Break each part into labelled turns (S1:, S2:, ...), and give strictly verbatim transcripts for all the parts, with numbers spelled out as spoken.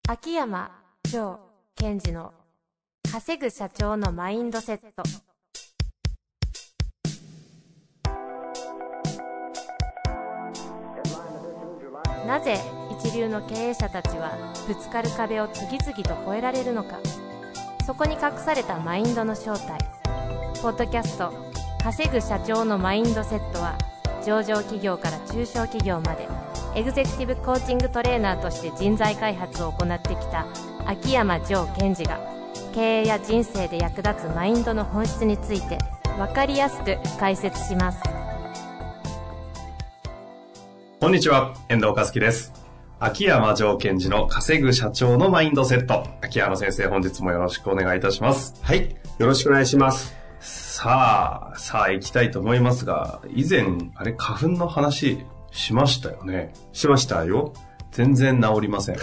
S1: 秋山城賢治の稼ぐ社長のマインドセット。なぜ一流の経営者たちはぶつかる壁を次々と越えられるのか。そこに隠されたマインドの正体。ポッドキャスト稼ぐ社長のマインドセットは、上場企業から中小企業までエグゼクティブコーチングトレーナーとして人材開発を行ってきた秋山城賢治が、経営や人生で役立つマインドの本質について分かりやすく解説します。
S2: こんにちは、遠藤和樹です。秋山城賢治の稼ぐ社長のマインドセット。秋山先生、本日もよろしくお願いいたします。
S3: はい、よろしくお願いします。
S2: さあ、さあ行きたいと思いますが、以前、あれ、花粉の話しましたよね。
S3: しましたよ。
S2: 全然治りません。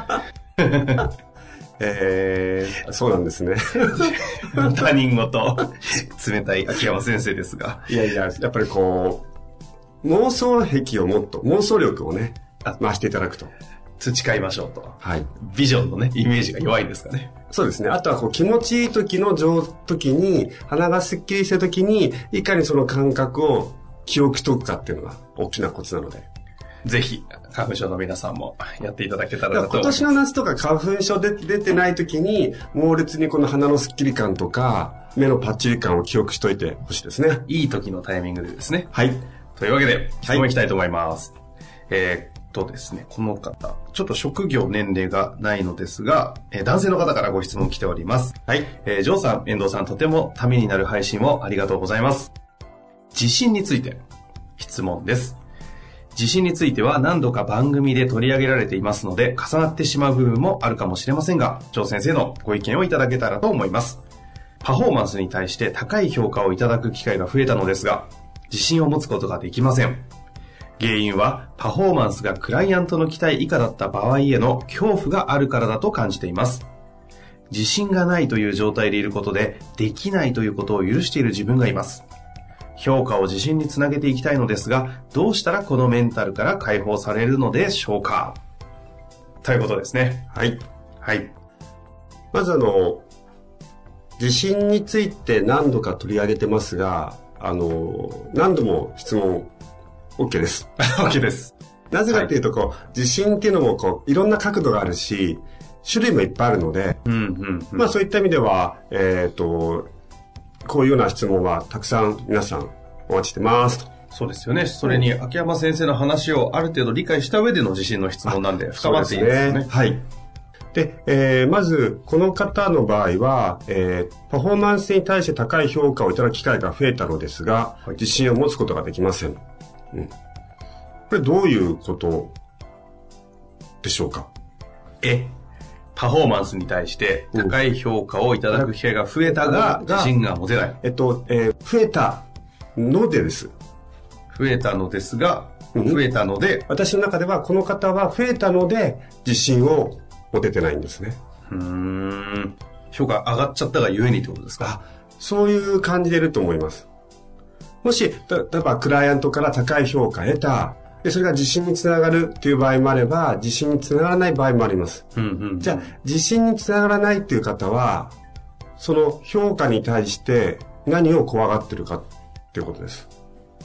S3: えー、そうなんですね。
S2: 他人事、冷たい秋山先生ですが。
S3: いやいや、やっぱりこう、妄想癖をもっと、妄想力をね、増していただくと。
S2: 培いましょうと。
S3: はい。
S2: ビジョンのね、イメージが弱いんですかね。
S3: そうですね。あとはこう気持ちいい時の上時に、鼻がスッキリした時に、いかにその感覚を記憶しとくかっていうのが大きなコツなので。
S2: ぜひ、花粉症の皆さんもやっていただけたらなと思います。
S3: 今年の夏とか花粉症で出てない時に、猛烈にこの鼻のスッキリ感とか、目のパッチリ感を記憶しといてほしいですね。
S2: いい時のタイミングでですね。
S3: はい。
S2: というわけで、質問いきたいと思います。はい、えーとですね、この方、ちょっと職業年齢がないのですが、えー、男性の方からご質問来ております。はい。えー、ジョーさん、遠藤さん、とてもためになる配信をありがとうございます。自信について、質問です。自信については何度か番組で取り上げられていますので、重なってしまう部分もあるかもしれませんが、ジョー先生のご意見をいただけたらと思います。パフォーマンスに対して高い評価をいただく機会が増えたのですが、自信を持つことができません。原因はパフォーマンスがクライアントの期待以下だった場合への恐怖があるからだと感じています。自信がないという状態でいることで、できないということを許している自分がいます。評価を自信につなげていきたいのですが、どうしたらこのメンタルから解放されるのでしょうか、ということですね。
S3: はい。
S2: はい。
S3: まずあの、自信について何度か取り上げてますが、あの、何度も質問OK です。
S2: OK です。
S3: なぜかっていうと、こう、はい、自信っていうのも、こう、いろんな角度があるし、種類もいっぱいあるので、
S2: うんうんうん、
S3: まあそういった意味では、えっと、こういうような質問はたくさん皆さんお待ちしてますと。
S2: そうですよね。それに秋山先生の話をある程度理解した上での自信の質問なんで、深まっていいですね。
S3: ね、はい。で、えー、まず、この方の場合は、えー、パフォーマンスに対して高い評価をいただく機会が増えたのですが、はい、自信を持つことができません。うん、これどういうことでしょうか。
S2: え、パフォーマンスに対して高い評価をいただく機会が増えたが、うん、自信が持てない。
S3: えっと、えー、増えたのでです。
S2: 増えたのですが、増えたので、うん、
S3: 私の中ではこの方は増えたので自信を持ててないんですね。
S2: うーん。評価上がっちゃったがゆえにってことですか。
S3: そういう感じでいると思います。もし、例えばクライアントから高い評価を得た、で、それが自信につながるっていう場合もあれば、自信につながらない場合もあります。
S2: うんうんうん、
S3: じゃあ、自信につながらないっていう方は、その評価に対して何を怖がってるかっていうことです。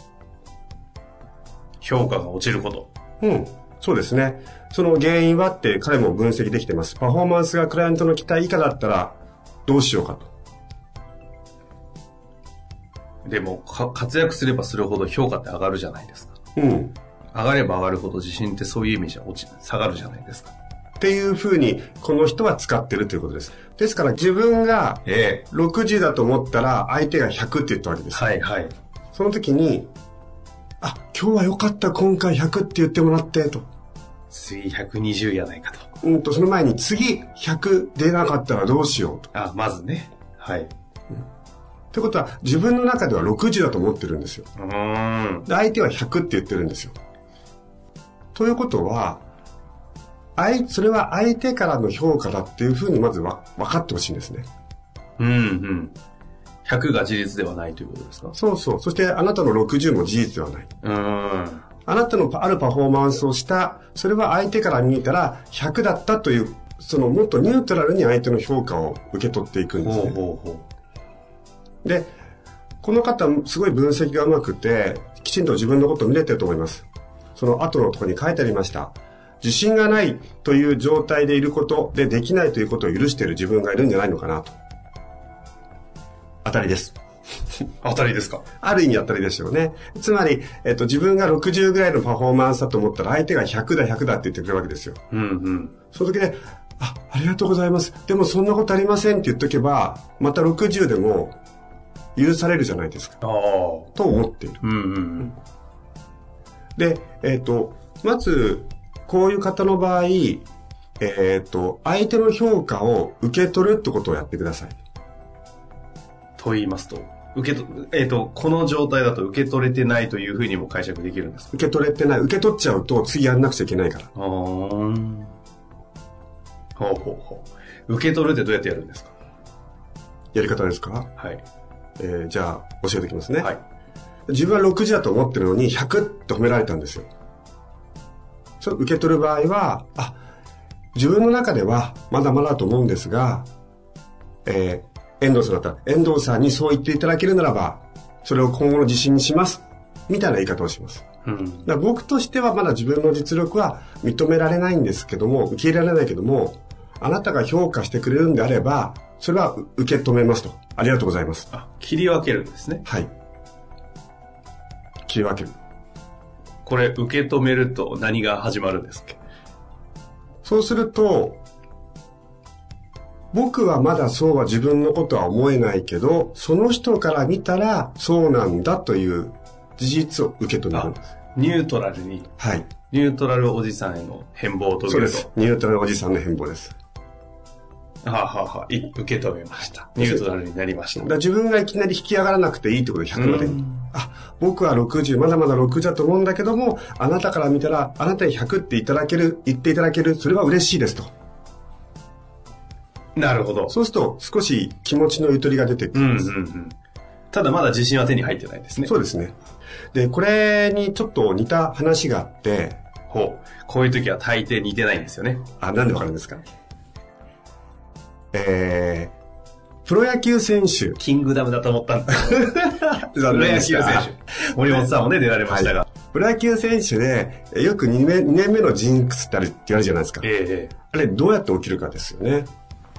S2: 評価が落ちること。
S3: うん。そうですね。その原因はって彼も分析できてます。パフォーマンスがクライアントの期待以下だったらどうしようかと。
S2: でも活躍すればするほど評価って上がるじゃないですか。
S3: うん。
S2: 上がれば上がるほど自信ってそういう意味じゃ落ち下がるじゃないですか。
S3: っていうふうにこの人は使ってるということです。ですから自分がろくじゅうだと思ったら相手がひゃくって言ったわけです。
S2: はいはい。
S3: その時に、あ、今日は良かった、今回ひゃくって言ってもらってと。
S2: 次ひゃくにじゅうやないかと。
S3: うんとその前に次ひゃく出なかったらどうしようと。
S2: あ、まずね。はい。
S3: ってことは自分の中ではろくじゅうだと思ってるんですよ。
S2: うーん。
S3: で相手はひゃくって言ってるんですよ。ということは、それは相手からの評価だっていうふうにまずは分かってほしいんですね。
S2: うんうん。ひゃくが事実ではないということですか。
S3: そうそう。そしてあなたのろくじゅうも事実ではない。
S2: うーん。
S3: あなたのあるパフォーマンスをした、それは相手から見たらひゃくだったというそのもっとニュートラルに相手の評価を受け取っていくんですね。ほうほうほう。で、この方すごい分析がうまくて、きちんと自分のことを見れてると思います。その後のところに書いてありました。自信がないという状態でいることでできないということを許している自分がいるんじゃないのかなと。当たりです。
S2: 当たりですか。
S3: ある意味当たりですよね。つまり、えっと、自分がろくじゅうぐらいのパフォーマンスだと思ったら相手がひゃくだひゃくだって言ってくれるわけですよ。うんうん。その時で、あ、ありがとうございます。でもそんなことありませんって言っとけば、またろくじゅうでも許されるじゃないですか。ああ。と思っている。うんうんうん。で、えっと、まず、こういう方の場合、えっと、相手の評価を受け取るってことをやってください。
S2: と言いますと、受けと、えっと、この状態だと受け取れてないというふうにも解釈できるんですか？
S3: 受け取れてない。受け取っちゃうと次やんなくちゃいけないから。ああ。
S2: ほうほうほう。受け取るってどうやってやるんですか？
S3: やり方ですか？
S2: はい。
S3: えー、じゃあ、教えておきますね。
S2: はい。
S3: 自分はろくじだと思ってるのにひゃくって褒められたんですよ。それを受け取る場合は、あ、自分の中ではまだまだと思うんですが、えー、遠藤さんだったら、遠藤さんにそう言っていただけるならば、それを今後の自信にします。みたいな言い方をします。うん、だから僕としてはまだ自分の実力は認められないんですけども、受け入れられないけども、あなたが評価してくれるんであれば、それは受け止めますと。ありがとうございます。
S2: あ、切り分けるんですね。
S3: はい。切り分ける。
S2: これ受け止めると何が始まるんですっけ？
S3: そうすると、僕はまだそうは自分のことは思えないけど、その人から見たらそうなんだという事実を受け止めるんです。
S2: ニュートラルに。
S3: はい。
S2: ニュートラルおじさんへの変貌を遂げると。
S3: そうです。ニュートラルおじさんの変貌です。
S2: はあ、はあはあ、受け止めました。ニュートラルになりました。
S3: だから自分がいきなり引き上がらなくていいってことでひゃくまでに。あ、僕はろくじゅう、まだまだろくじゅうだと思うんだけども、あなたから見たら、あなたにひゃくっていただける、言っていただける、それは嬉しいですと。
S2: なるほど。
S3: そうすると少し気持ちのゆとりが出てくるんです。うんうんうん、
S2: ただまだ自信は手に入ってないですね。
S3: そうですね。で、これにちょっと似た話があって、
S2: ほう。こういう時は大抵似てないんですよね。
S3: あ、なんでわかるんですか？えー、プロ野球選手。
S2: キングダムだと思ったんですけど。プロ野球選手。森本さんもね、出られましたが。はい、
S3: プロ野球選手で、よくにねんめのジンクスってあるって言われるじゃないですか。
S2: ええ。
S3: あれ、どうやって起きるかですよね。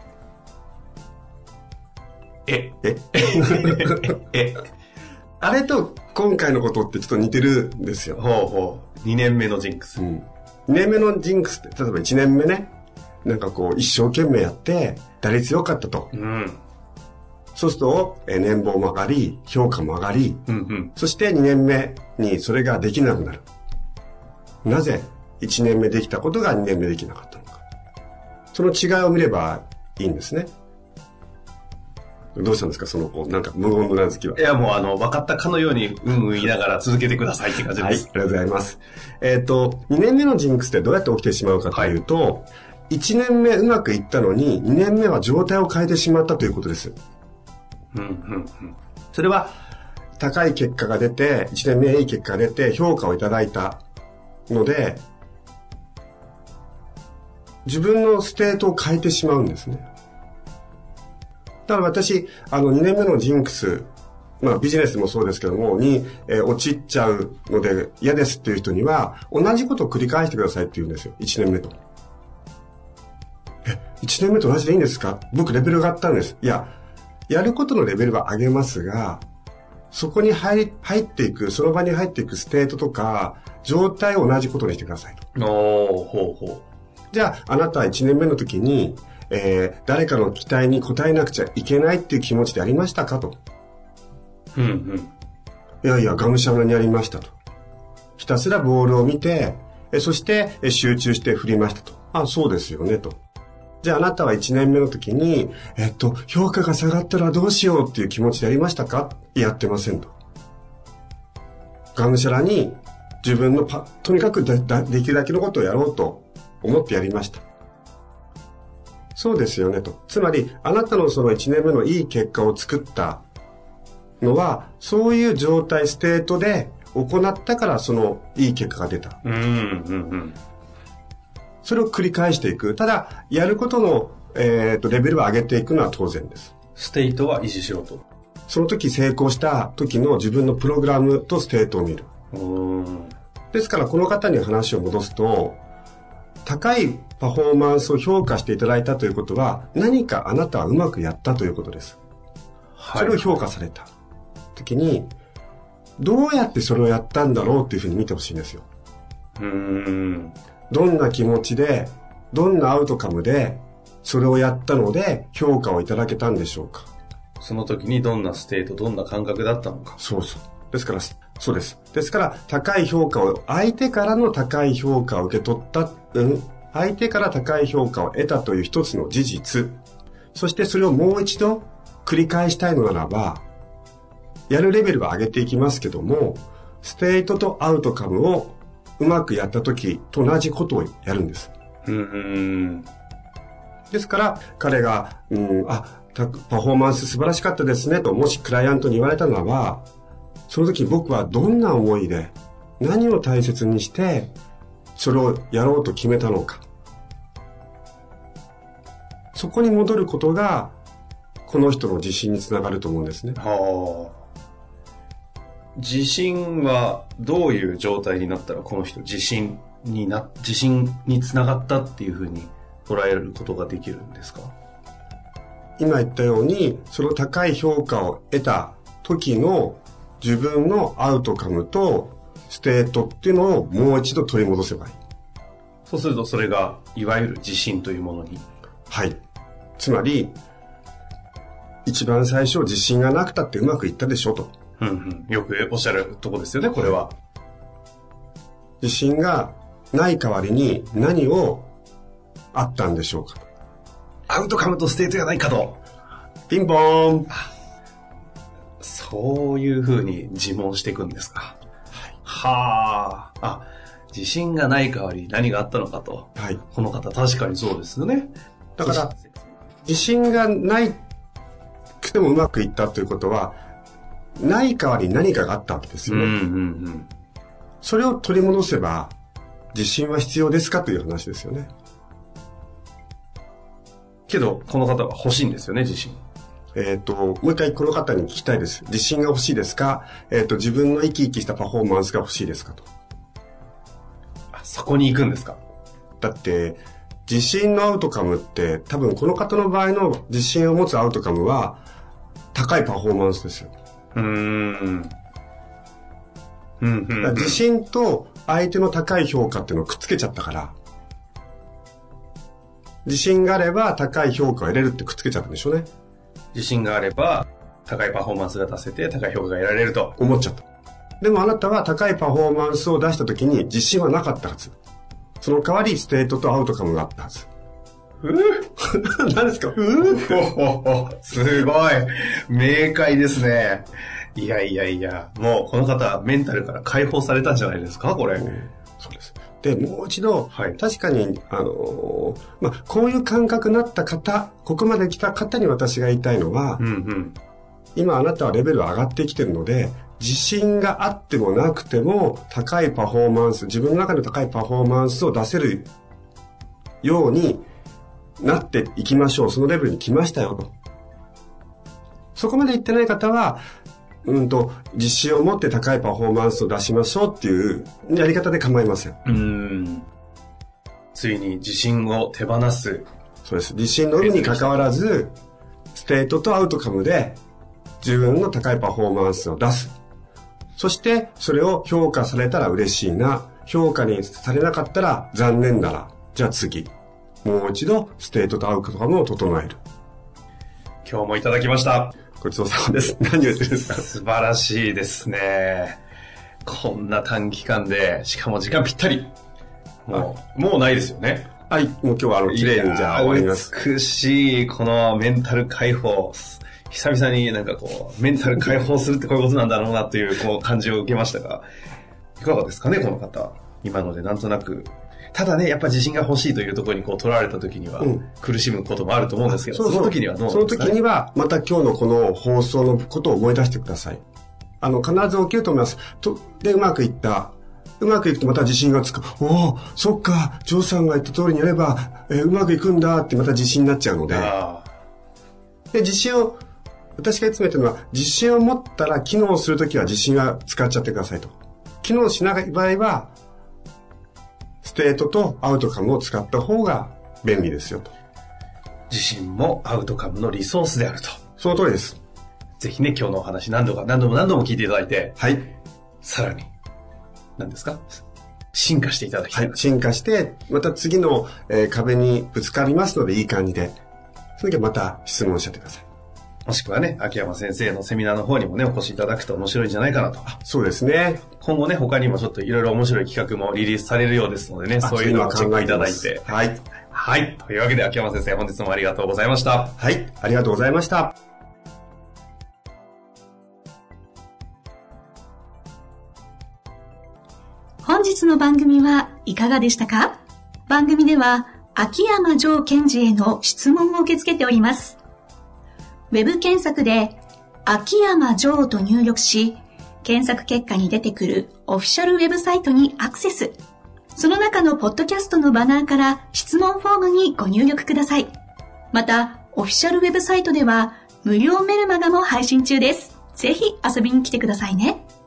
S2: え
S3: ええあれと今回のことってちょっと似てるんですよ。
S2: ほうほう。にねんめのジンクス。うん。
S3: にねんめのジンクスって、例えばいちねんめね、なんかこう一生懸命やって、打率良かったと。うん。そうすると、え年俸も上がり、評価も上がり、うんうん、そしてにねんめにそれができなくなる。なぜいちねんめできたことがにねんめできなかったのか。その違いを見ればいいんですね。どうしたんですかその、こう、なんか無言のうなずきは。
S2: いや、もうあの、分かったかのように、うんうん言いながら続けてくださいって感じです。
S3: はい、ありがとうございます。えっと、にねんめのジンクスってどうやって起きてしまうかというと、はい、いちねんめうまくいったのに、にねんめは状態を変えてしまったということです。うんうんうん。それは、高い結果が出て、いちねんめいい結果が出て、評価をいただいたので、自分のステートを変えてしまうんですね。だから私、あの、にねんめのジンクス、まあビジネスもそうですけども、に、えー、陥っちゃうので嫌ですっていう人には、同じことを繰り返してくださいって言うんですよ。いちねんめと。え、いちねんめと同じでいいんですか？僕レベルが上がったんです。いや、やることのレベルは上げますが、そこに入り、入っていく、その場に入っていくステートとか、状態を同じことにしてくださいと。
S2: おー、ほうほう。
S3: じゃあ、あなたはいちねんめの時に、えー、誰かの期待に応えなくちゃいけないっていう気持ちでありましたかと。うんうん。いやいや、がむしゃらにやりましたと。ひたすらボールを見て、えそしてえ集中して振りましたと。あ、そうですよねと。じゃああなたはいちねんめの時に、えっと、評価が下がったらどうしようっていう気持ちでやりましたか？やってませんと。がむしゃらに自分のパ、とにかく で, できるだけのことをやろうと思ってやりました。そうですよねと。つまり、あなたのそのいちねんめのいい結果を作ったのは、そういう状態、ステートで行ったからそのいい結果が出た。うんうんうん。 それを繰り返していく。ただ、やることの、えーと、レベルを上げていくのは当然です。
S2: ステートは維持しろと。
S3: その時成功した時の自分のプログラムとステートを見る。
S2: うーん。
S3: ですから、この方に話を戻すと、高いパフォーマンスを評価していただいたということは、何かあなたはうまくやったということです。はい、それを評価された時に、どうやってそれをやったんだろうっていうふうに見てほしいんですよ。
S2: うーん。
S3: どんな気持ちで、どんなアウトカムで、それをやったので評価をいただけたんでしょうか。
S2: その時にどんなステート、どんな感覚だったのか。
S3: そうそう。ですから、そうです。ですから、高い評価を、相手からの高い評価を受け取った、うん、相手から高い評価を得たという一つの事実。そしてそれをもう一度繰り返したいのならば、やるレベルは上げていきますけども、ステートとアウトカムをうまくやった時と同じことをやるんです。
S2: うーん。
S3: ですから、彼が、うん、あ、パフォーマンス素晴らしかったですねと、もしクライアントに言われたならば、その時僕はどんな思いで、何を大切にして、それをやろうと決めたのか。そこに戻ることが、この人の自信につながると思うんですね。
S2: はあ。自信はどういう状態になったらこの人自信にな、自信につながったっていうふうに捉えることができるんですか？
S3: 今言ったように、その高い評価を得た時の自分のアウトカムとステートっていうのをもう一度取り戻せばいい。
S2: そうするとそれがいわゆる自信というものに。
S3: はい。つまり、一番最初自信がなくたってうまくいったでしょと。
S2: うんうん、よくおっしゃるとこですよね、これは。
S3: 自信がない代わりに何をあったんでしょうか。
S2: アウトカムとステートがないかと。
S3: ピンポーン。
S2: そういうふうに自問していくんですか。はい、はあ。あ、自信がない代わりに何があったのかと。
S3: はい。
S2: この方確かにそうですよね。
S3: だから、自信がないくてもうまくいったということは、ない代わりに何かがあったわけですよね。
S2: うんうんうん。
S3: それを取り戻せば、自信は必要ですかという話ですよね。
S2: けど、この方は欲しいんですよね、自信。
S3: えっと、もう一回この方に聞きたいです。自信が欲しいですか？えっと、自分の生き生きしたパフォーマンスが欲しいですかと。
S2: あ、そこに行くんですか？
S3: だって、自信のアウトカムって、多分この方の場合の自信を持つアウトカムは、高いパフォーマンスですよ。
S2: うーん。うんうんうん、
S3: 自信と相手の高い評価っていうのをくっつけちゃったから、自信があれば高い評価を得れるってくっつけちゃったんでしょうね。
S2: 自信があれば高いパフォーマンスが出せて高い評価が得られると
S3: 思っちゃった。でもあなたは高いパフォーマンスを出した時に自信はなかったはず。その代わりステートとアウトカムがあったはず。
S2: うぅ
S3: 何ですか？う
S2: ぅすごい明快ですね。いやいやいや、もうこの方メンタルから解放されたんじゃないですかこれ、うん、
S3: そうです。で、もう一度、
S2: はい、
S3: 確かに、あのー、まあ、こういう感覚になった方、ここまで来た方に私が言いたいのは、
S2: うんうん、
S3: 今あなたはレベル上がってきてるので、自信があってもなくても、高いパフォーマンス、自分の中で高いパフォーマンスを出せるようになっていきましょう。そのレベルに来ましたよと。そこまで言ってない方は、うんと、自信を持って高いパフォーマンスを出しましょうっていうやり方で構いません。
S2: うーん。ついに自信を手放す。
S3: そうです。自信の有無に関わらず、ステートとアウトカムで自分の高いパフォーマンスを出す。そして、それを評価されたら嬉しいな。評価にされなかったら残念だな。じゃあ次。もう一度、ステートとアウトカムを整える。
S2: 今日もいただきました。
S3: ごちそうさまです。何を言ってるんですか？
S2: 素晴らしいですね。こんな短期間で、しかも時間ぴったり。もう、もうないですよね。
S3: はい。もう今日はあの、綺麗にじゃあ終わります。
S2: 美しい、このメンタル解放。久々になんかこう、メンタル解放するってこういうことなんだろうなっていう、こう、感じを受けましたが、いかがですかね、この方。今のでなんとなく。ただね、やっぱ自信が欲しいというところにこう取られた時には苦しむこともあると思うんですけど、うん、その時にはどうなんですかね？
S3: その時にはまた今日のこの放送のことを思い出してください。あの、必ず起きると思います。と、で、うまくいった。 うまくいくとまた自信がつく。おお、そっか、ジョーさんが言った通りにやれば、えー、うまくいくんだってまた自信になっちゃうので。で、自信を、私がいつも言ってるのは、自信を持ったら機能するときは自信が使っちゃってくださいと。機能しない場合は、ステートとアウトカムを使った方が便利ですよと。
S2: 自信もアウトカムのリソースであると。
S3: その通りです。
S2: ぜひね、今日のお話何度か何度も何度も聞いていただいて、
S3: はい。
S2: さらに、何ですか？進化していただきたい。
S3: はい。進化して、また次の、えー、壁にぶつかりますので、いい感じで。その時はまた質問しちゃってください。
S2: もしくはね、秋山先生のセミナーの方にもね、お越しいただくと面白いんじゃないかなと。
S3: そうですね。
S2: 今後ね、他にもちょっといろいろ面白い企画もリリースされるようですのでね、そういうのをチェックいただいて。
S3: はい。
S2: はい。というわけで、秋山先生、本日もありがとうございました。
S3: はい。ありがとうございました。
S4: 本日の番組はいかがでしたか？番組では、秋山城賢治への質問を受け付けております。ウェブ検索で、秋山城と入力し、検索結果に出てくるオフィシャルウェブサイトにアクセス。その中のポッドキャストのバナーから質問フォームにご入力ください。また、オフィシャルウェブサイトでは無料メルマガも配信中です。ぜひ遊びに来てくださいね。